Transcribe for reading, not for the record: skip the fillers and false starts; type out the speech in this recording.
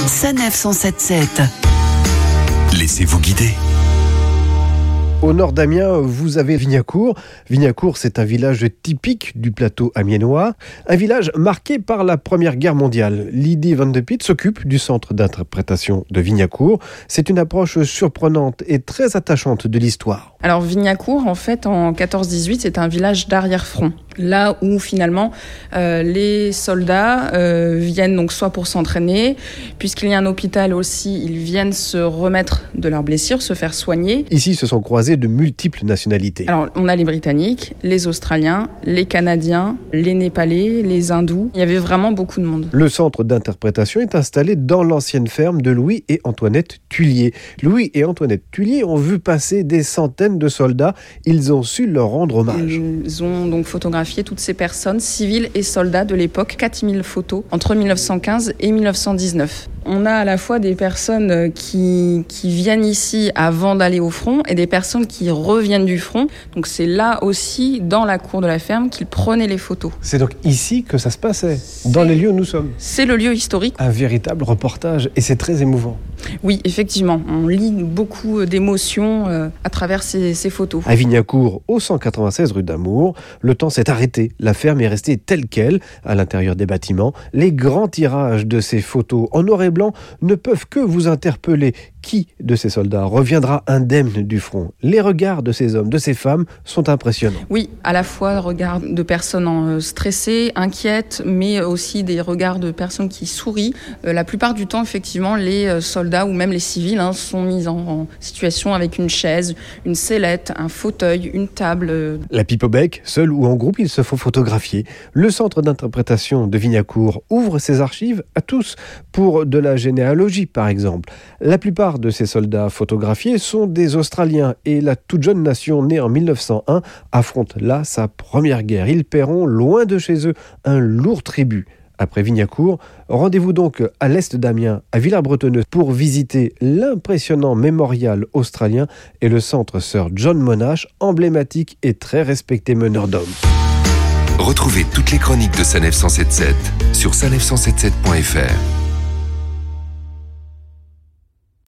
Sanef 177. Laissez-vous guider. Au nord d'Amiens, vous avez Vignacourt. Vignacourt, c'est un village typique du plateau amiénois. Un village marqué par la Première Guerre mondiale. Lydie Van de Piet s'occupe du centre d'interprétation de Vignacourt. C'est une approche surprenante et très attachante de l'histoire. Alors Vignacourt, en fait, en 14-18, c'est un village d'arrière-front. Là où finalement les soldats viennent donc soit pour s'entraîner, puisqu'il y a un hôpital aussi, ils viennent se remettre de leurs blessures, se faire soigner. Ici, se sont croisés de multiples nationalités. Alors on a les Britanniques, les Australiens, les Canadiens, les Népalais, les Hindous. Il y avait vraiment beaucoup de monde. Le centre d'interprétation est installé dans l'ancienne ferme de Louis et Antoinette Thuillier. Louis et Antoinette Thuillier ont vu passer des centaines de soldats. Ils ont su leur rendre hommage. Ils ont donc photographié toutes ces personnes, civiles et soldats de l'époque, 4000 photos entre 1915 et 1919. On a à la fois des personnes qui viennent ici avant d'aller au front et des personnes qui reviennent du front. Donc c'est là aussi, dans la cour de la ferme, qu'ils prenaient les photos. C'est donc ici que ça se passait, dans les lieux où nous sommes. C'est le lieu historique. Un véritable reportage et c'est très émouvant. Oui, effectivement, on lit beaucoup d'émotions à travers ces photos. À Vignacourt, au 196 rue d'Amour, le temps s'est arrêté. La ferme est restée telle quelle, à l'intérieur des bâtiments. Les grands tirages de ces photos en noir et blanc ne peuvent que vous interpeller. Qui de ces soldats reviendra indemne du front ? Les regards de ces hommes, de ces femmes sont impressionnants. Oui, à la fois regards de personnes stressées, inquiètes, mais aussi des regards de personnes qui sourient. La plupart du temps, effectivement, les soldats ou même les civils sont mis en situation avec une chaise, une sellette, un fauteuil, une table. La pipe au bec, seul ou en groupe, ils se font photographier. Le centre d'interprétation de Vignacourt ouvre ses archives à tous, pour de la généalogie par exemple. La plupart de ces soldats photographiés sont des Australiens et la toute jeune nation née en 1901 affronte là sa première guerre. Ils paieront loin de chez eux un lourd tribut. Après Vignacourt, rendez-vous donc à l'est d'Amiens, à Villers-Bretonneux, pour visiter l'impressionnant mémorial australien et le centre Sir John Monash, emblématique et très respecté meneur d'hommes. Retrouvez toutes les chroniques de Sanef 177 sur sanef177.fr.